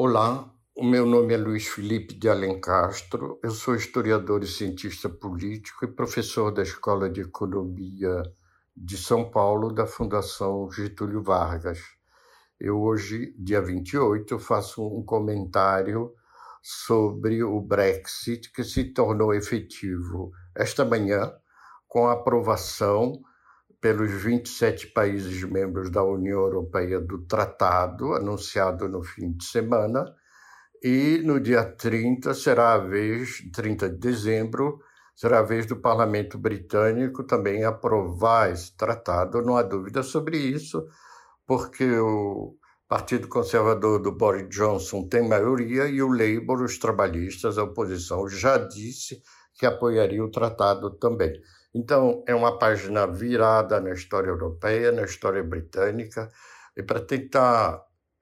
Olá, o meu nome é Luiz Felipe de Alencastro, eu sou historiador e cientista político e professor da Escola de Economia de São Paulo, da Fundação Getúlio Vargas. Eu hoje, dia 28, faço um comentário sobre o Brexit, que se tornou efetivo esta manhã, com a aprovação pelos 27 países membros da União Europeia do tratado, anunciado no fim de semana, e no dia 30 30 de dezembro, será a vez do Parlamento Britânico também aprovar esse tratado. Não há dúvida sobre isso, porque o Partido Conservador do Boris Johnson tem maioria e o Labour, os trabalhistas, a oposição, já disse que apoiaria o tratado também. Então, é uma página virada na história europeia, na história britânica, e para tentar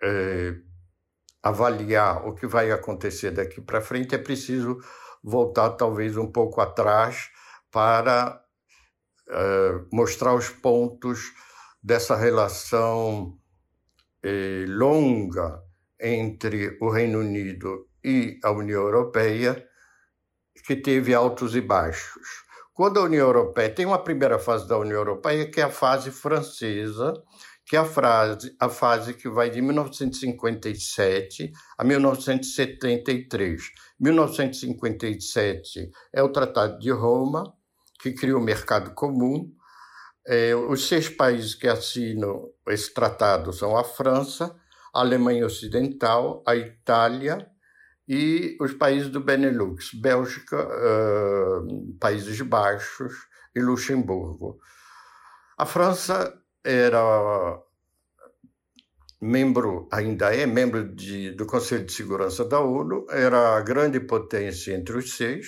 avaliar o que vai acontecer daqui para frente, é preciso voltar talvez um pouco atrás para mostrar os pontos dessa relação longa entre o Reino Unido e a União Europeia, que teve altos e baixos. Quando a União Europeia tem uma primeira fase da União Europeia, que é a fase francesa, que é a fase que vai de 1957 a 1973. 1957 é o Tratado de Roma, que cria o mercado comum. Os 6 países que assinam esse tratado são a França, a Alemanha Ocidental, a Itália e os países do Benelux, Bélgica, Países Baixos e Luxemburgo. A França era ainda é membro do Conselho de Segurança da ONU, era a grande potência entre os 6.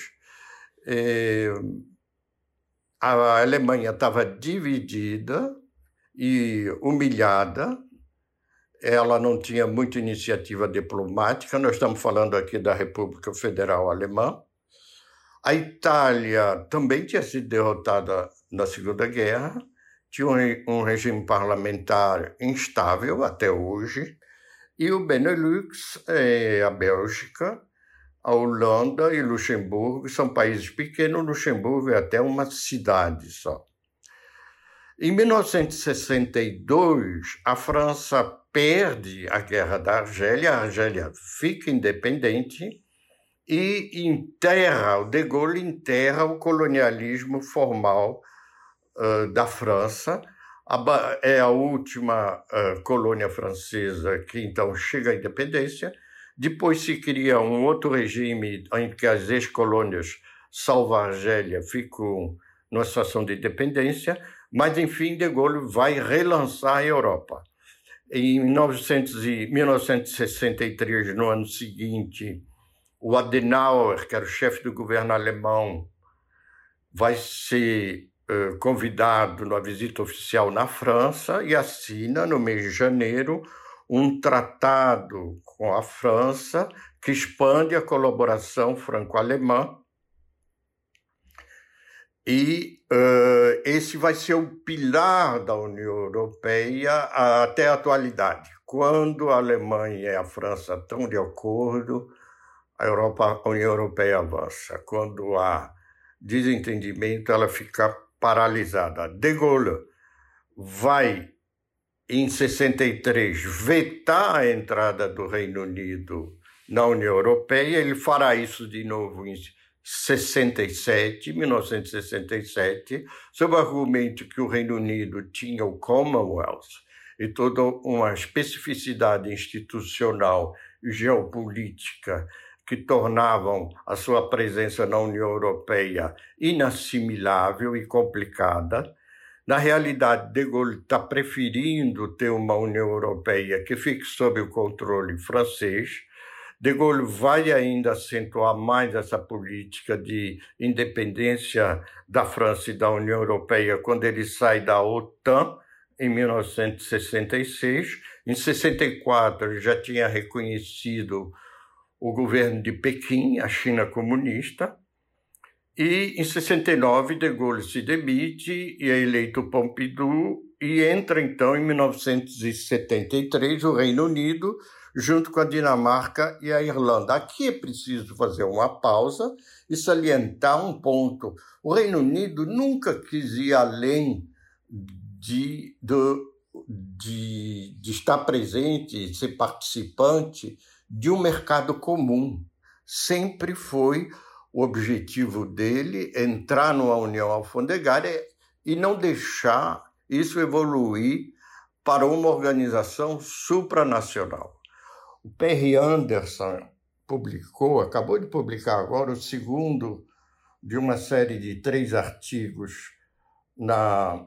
A Alemanha estava dividida e humilhada. Ela não tinha muita iniciativa diplomática. Nós estamos falando aqui da República Federal Alemã. A Itália também tinha sido derrotada na Segunda Guerra, tinha um regime parlamentar instável até hoje, e o Benelux, a Bélgica, a Holanda e Luxemburgo são países pequenos. Luxemburgo é até uma cidade só. Em 1962, a França perde a Guerra da Argélia, a Argélia fica independente e o De Gaulle enterra o colonialismo formal da França. É a última colônia francesa que então chega à independência. Depois se cria um outro regime em que as ex-colônias, salvo a Argélia, ficam numa situação de independência, mas, enfim, De Gaulle vai relançar a Europa. Em 1963, no ano seguinte, o Adenauer, que era o chefe do governo alemão, vai ser convidado numa visita oficial na França e assina, no mês de janeiro, um tratado com a França que expande a colaboração franco-alemã. E esse vai ser o pilar da União Europeia até a atualidade. Quando a Alemanha e a França estão de acordo, a União Europeia avança. Quando há desentendimento, ela fica paralisada. De Gaulle vai, em 63, vetar a entrada do Reino Unido na União Europeia. Ele fará isso de novo em 1967, sob o argumento que o Reino Unido tinha o Commonwealth e toda uma especificidade institucional e geopolítica que tornavam a sua presença na União Europeia inassimilável e complicada. Na realidade, De Gaulle está preferindo ter uma União Europeia que fique sob o controle francês. De Gaulle vai ainda acentuar mais essa política de independência da França e da União Europeia quando ele sai da OTAN em 1966. Em 64, ele já tinha reconhecido o governo de Pequim, a China comunista. E em 69, De Gaulle se demite e é eleito Pompidou, e entra então em 1973 o Reino Unido, junto com a Dinamarca e a Irlanda. Aqui é preciso fazer uma pausa e salientar um ponto. O Reino Unido nunca quis ir além de estar presente, ser participante de um mercado comum. Sempre foi o objetivo dele entrar numa união alfandegária e não deixar isso evoluir para uma organização supranacional. O Perry Anderson acabou de publicar agora o segundo de uma série de 3 artigos na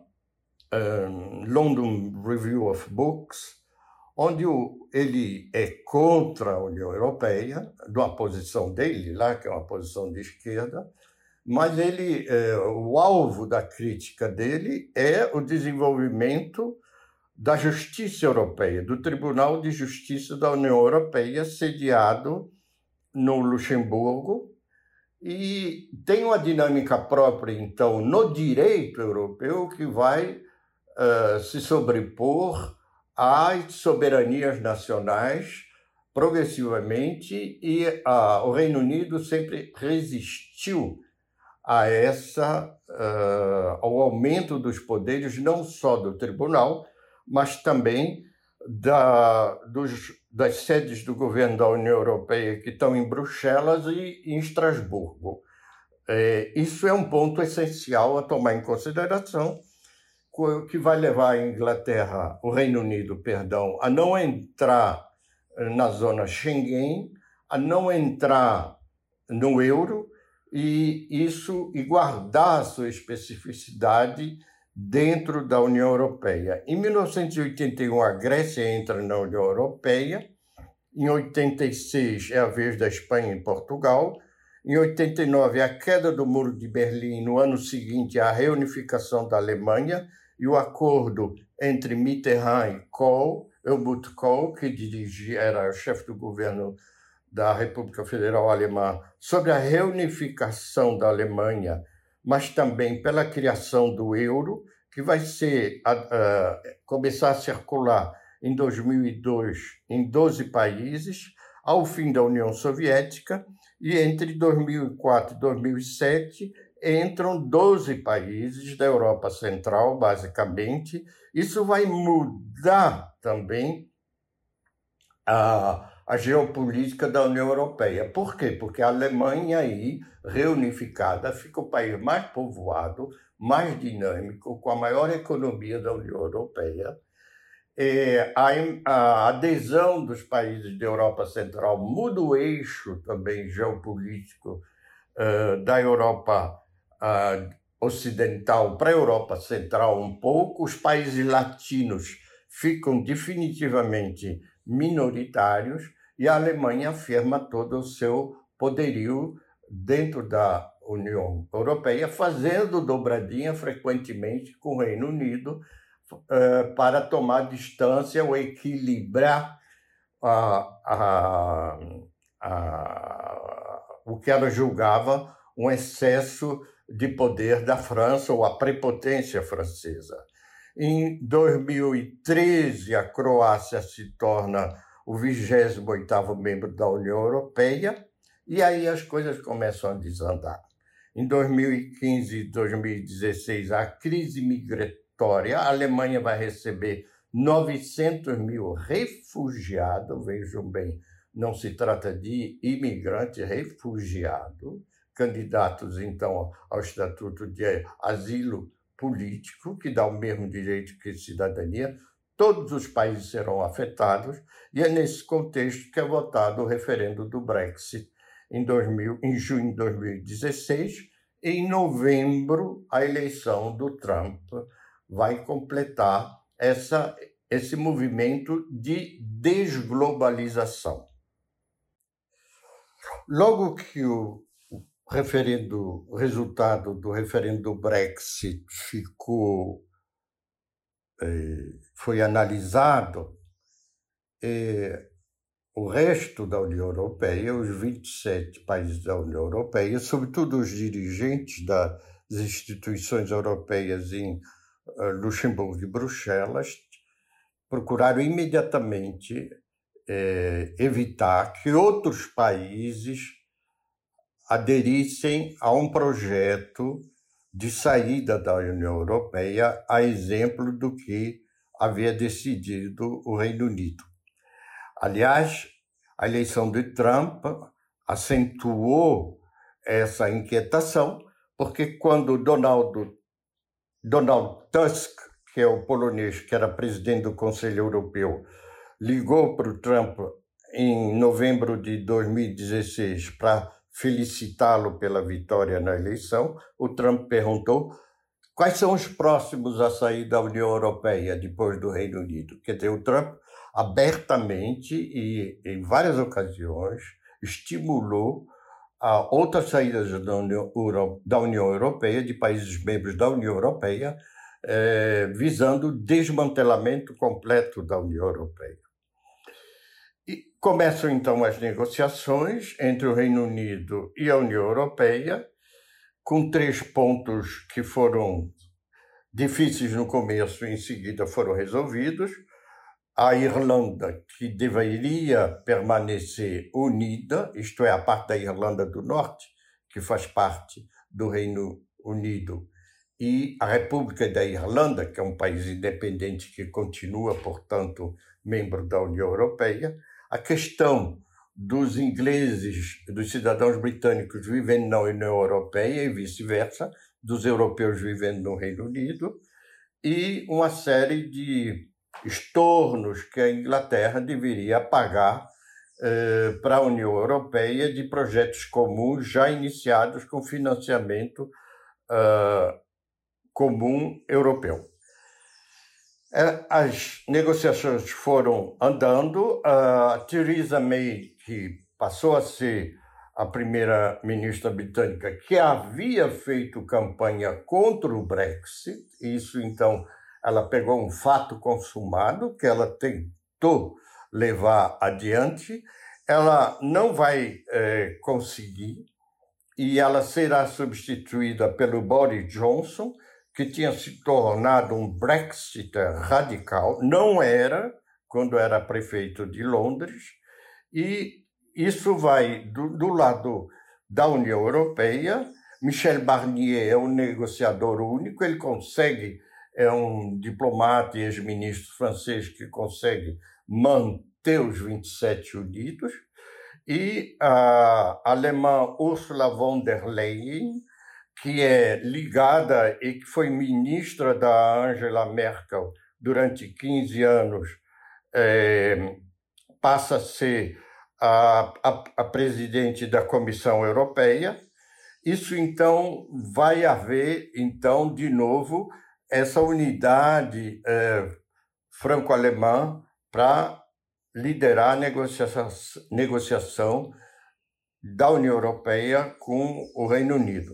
London Review of Books, onde ele é contra a União Europeia, da posição dele lá, que é uma posição de esquerda, mas o alvo da crítica dele é o desenvolvimento da Justiça Europeia, do Tribunal de Justiça da União Europeia, sediado no Luxemburgo, e tem uma dinâmica própria, então, no direito europeu que vai se sobrepor às soberanias nacionais progressivamente, e o Reino Unido sempre resistiu ao aumento dos poderes, não só do tribunal, mas também das sedes do governo da União Europeia que estão em Bruxelas e em Estrasburgo. Isso é um ponto essencial a tomar em consideração, que vai levar o Reino Unido, a não entrar na zona Schengen, a não entrar no euro, e guardar a sua especificidade dentro da União Europeia. Em 1981, a Grécia entra na União Europeia. Em 86, é a vez da Espanha e Portugal. Em 89, a queda do Muro de Berlim. No ano seguinte, a reunificação da Alemanha e o acordo entre Mitterrand e Helmut Kohl, que era o chefe do governo da República Federal Alemã, sobre a reunificação da Alemanha, mas também pela criação do euro, que vai começar a circular em 2002 em 12 países, ao fim da União Soviética, e entre 2004 e 2007 entram 12 países da Europa Central, basicamente. Isso vai mudar também a geopolítica da União Europeia. Por quê? Porque a Alemanha aí, reunificada, fica o país mais povoado, mais dinâmico, com a maior economia da União Europeia. A adesão dos países da Europa Central muda o eixo também geopolítico da Europa Ocidental para a Europa Central um pouco. Os países latinos ficam definitivamente minoritários e a Alemanha afirma todo o seu poderio dentro da União Europeia, fazendo dobradinha frequentemente com o Reino Unido para tomar distância ou equilibrar o que ela julgava um excesso de poder da França ou a prepotência francesa. Em 2013, a Croácia se torna o 28º membro da União Europeia, e aí as coisas começam a desandar. Em 2015 e 2016, a crise migratória, a Alemanha vai receber 900 mil refugiados, vejam bem, não se trata de imigrante, refugiado, candidatos, então, ao Estatuto de Asilo Político, que dá o mesmo direito que cidadania. Todos os países serão afetados, e é nesse contexto que é votado o referendo do Brexit em junho de 2016, e em novembro a eleição do Trump vai completar esse movimento de desglobalização. Logo que o resultado do referendo do Brexit foi analisado, o resto da União Europeia, os 27 países da União Europeia, sobretudo os dirigentes das instituições europeias em Luxemburgo e Bruxelas, procuraram imediatamente evitar que outros países aderissem a um projeto de saída da União Europeia, a exemplo do que havia decidido o Reino Unido. Aliás, a eleição de Trump acentuou essa inquietação, porque quando Donald Tusk, que é o polonês que era presidente do Conselho Europeu, ligou para o Trump em novembro de 2016 para felicitá-lo pela vitória na eleição, o Trump perguntou quais são os próximos a sair da União Europeia depois do Reino Unido. Quer dizer, o Trump abertamente e em várias ocasiões estimulou a outras saídas da União Europeia, de países membros da União Europeia, visando o desmantelamento completo da União Europeia. E começam, então, as negociações entre o Reino Unido e a União Europeia, com 3 pontos que foram difíceis no começo e em seguida foram resolvidos. A Irlanda, que deveria permanecer unida, isto é, a parte da Irlanda do Norte, que faz parte do Reino Unido, e a República da Irlanda, que é um país independente que continua, portanto, membro da União Europeia. A questão dos ingleses, dos cidadãos britânicos vivendo na União Europeia e vice-versa, dos europeus vivendo no Reino Unido, e uma série de estornos que a Inglaterra deveria pagar para a União Europeia de projetos comuns já iniciados com financiamento comum europeu. As negociações foram andando. A Theresa May, que passou a ser a primeira-ministra britânica, que havia feito campanha contra o Brexit, isso então ela pegou um fato consumado que ela tentou levar adiante, ela não vai conseguir, e ela será substituída pelo Boris Johnson, que tinha se tornado um Brexiter radical, não era quando era prefeito de Londres, e isso vai do lado da União Europeia. Michel Barnier é um negociador único, ele consegue, é um diplomata e ex-ministro francês que consegue manter os 27 unidos, e a alemã Ursula von der Leyen, que é ligada e que foi ministra da Angela Merkel durante 15 anos, passa a ser a presidente da Comissão Europeia. Isso, então, vai haver, então, de novo, essa unidade franco-alemã para liderar a negociação da União Europeia com o Reino Unido.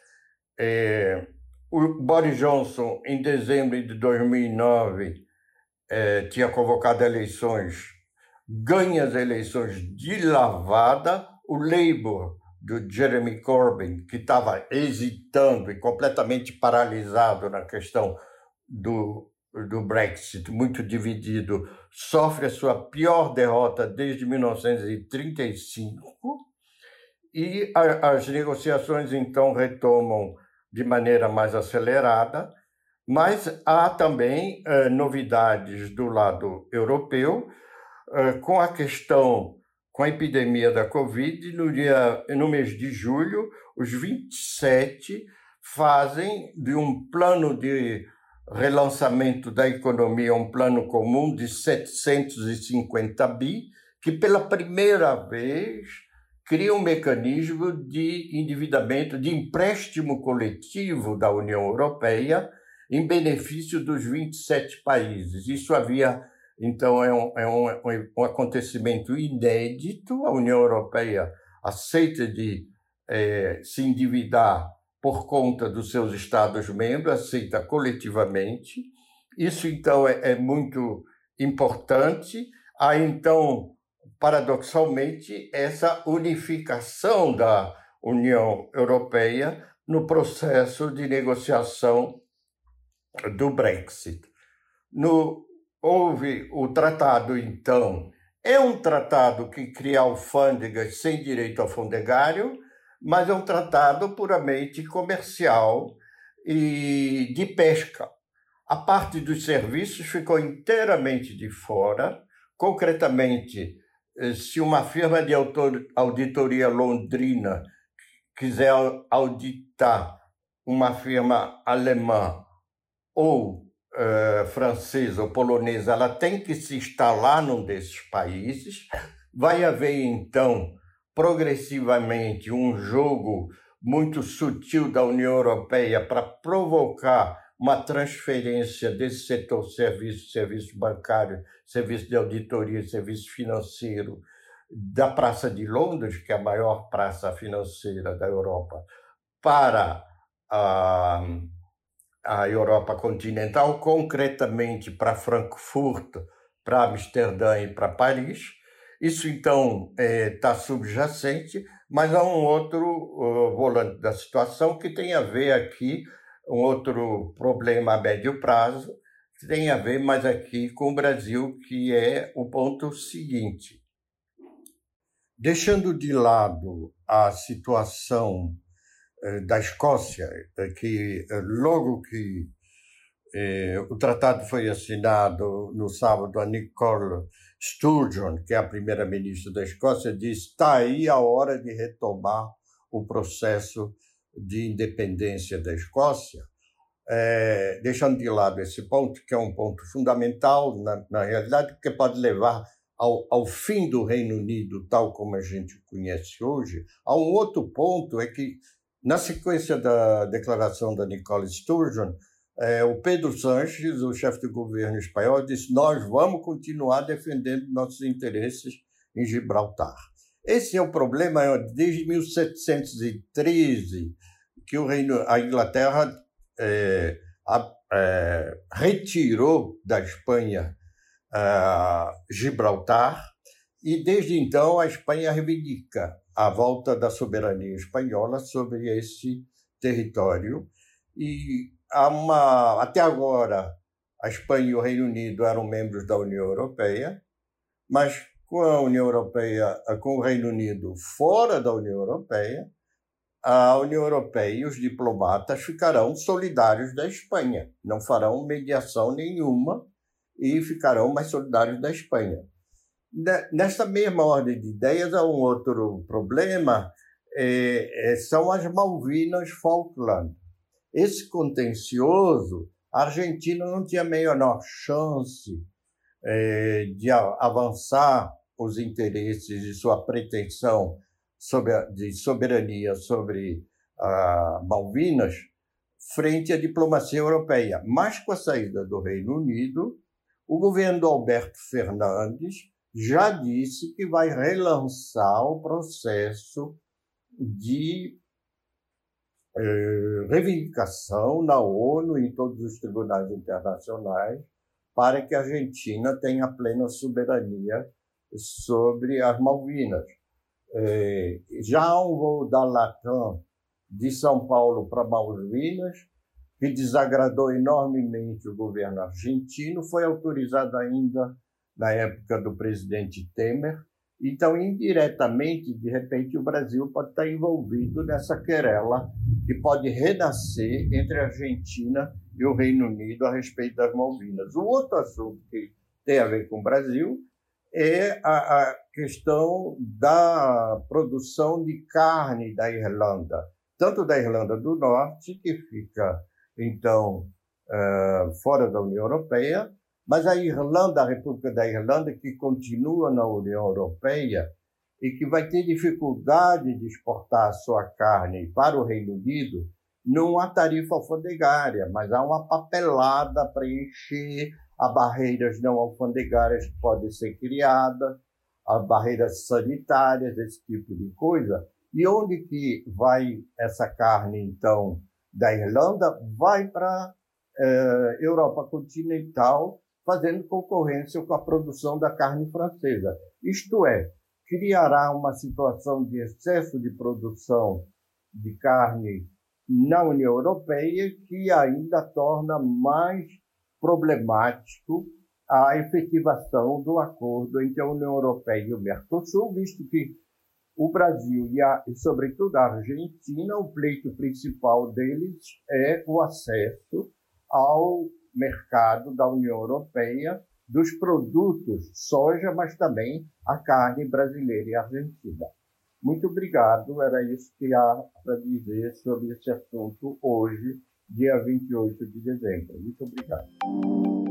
O Boris Johnson, em dezembro de 2009, tinha convocado eleições, ganha as eleições de lavada. O Labour, do Jeremy Corbyn, que estava hesitando e completamente paralisado na questão do Brexit, muito dividido, sofre a sua pior derrota desde 1935, e as negociações, então, retomam de maneira mais acelerada, mas há também novidades do lado europeu, com a questão, com a epidemia da Covid. No mês de julho, os 27 fazem de um plano de relançamento da economia, um plano comum de 750 bi, que pela primeira vez cria um mecanismo de endividamento, de empréstimo coletivo da União Europeia em benefício dos 27 países. Isso havia, então, é um acontecimento inédito. A União Europeia aceita de se endividar por conta dos seus Estados-membros, aceita coletivamente. Isso, então, é muito importante. Há, então, paradoxalmente, essa unificação da União Europeia no processo de negociação do Brexit. Houve o tratado, então, É um tratado que cria alfândegas sem direito alfandegário, mas é um tratado puramente comercial e de pesca. A parte dos serviços ficou inteiramente de fora. Concretamente, se uma firma de auditoria londrina quiser auditar uma firma alemã ou francesa ou polonesa, ela tem que se instalar num desses países. Vai haver, então, progressivamente, um jogo muito sutil da União Europeia para provocar uma transferência desse setor serviço bancário, serviço de auditoria, serviço financeiro, da Praça de Londres, que é a maior praça financeira da Europa, para a Europa continental, concretamente para Frankfurt, para Amsterdã e para Paris. Isso, então, está subjacente, mas há um outro volante da situação que tem a ver aqui, um outro problema a médio prazo, que tem a ver mais aqui com o Brasil, que é o ponto seguinte. Deixando de lado a situação da Escócia, que logo que o tratado foi assinado no sábado, a Nicola Sturgeon, que é a primeira-ministra da Escócia, disse: está aí a hora de retomar o processo de independência da Escócia, deixando de lado esse ponto, que é um ponto fundamental na realidade, porque pode levar ao fim do Reino Unido, tal como a gente conhece hoje. Há um outro ponto, é que, na sequência da declaração da Nicola Sturgeon, o Pedro Sánchez, o chefe do governo espanhol, disse: nós vamos continuar defendendo nossos interesses em Gibraltar. Esse é o problema desde 1713, que a Inglaterra retirou da Espanha Gibraltar, e desde então a Espanha reivindica a volta da soberania espanhola sobre esse território. E até agora a Espanha e o Reino Unido eram membros da União Europeia, mas com a União Europeia, com o Reino Unido fora da União Europeia, a União Europeia e os diplomatas ficarão solidários da Espanha, não farão mediação nenhuma e ficarão mais solidários da Espanha. Nesta mesma ordem de ideias, há um outro problema, são as Malvinas Falkland. Esse contencioso, a Argentina não tinha a menor chance de avançar os interesses de sua pretensão de soberania sobre Malvinas frente à diplomacia europeia. Mas, com a saída do Reino Unido, o governo do Alberto Fernandes já disse que vai relançar o processo de reivindicação na ONU e em todos os tribunais internacionais para que a Argentina tenha plena soberania sobre as Malvinas. Já há um voo da Latam de São Paulo para Malvinas, que desagradou enormemente o governo argentino, foi autorizado ainda na época do presidente Temer. Então, indiretamente, de repente, o Brasil pode estar envolvido nessa querela que pode renascer entre a Argentina e o Reino Unido a respeito das Malvinas. O outro assunto que tem a ver com o Brasil é a questão da produção de carne da Irlanda, tanto da Irlanda do Norte, que fica, então, fora da União Europeia, mas a Irlanda, a República da Irlanda, que continua na União Europeia e que vai ter dificuldade de exportar a sua carne para o Reino Unido, não há tarifa alfandegária, mas há uma papelada para preencher, há barreiras não alfandegárias que podem ser criadas, há barreiras sanitárias, esse tipo de coisa. E onde que vai essa carne, então, da Irlanda? Vai para a Europa continental, fazendo concorrência com a produção da carne francesa. Isto é, criará uma situação de excesso de produção de carne na União Europeia que ainda torna mais problemático a efetivação do acordo entre a União Europeia e o Mercosul, visto que o Brasil e, sobretudo, a Argentina, o pleito principal deles é o acesso ao mercado da União Europeia dos produtos soja, mas também a carne brasileira e argentina. Muito obrigado, era isso que há para dizer sobre esse assunto hoje, dia 28 de dezembro. Muito obrigado.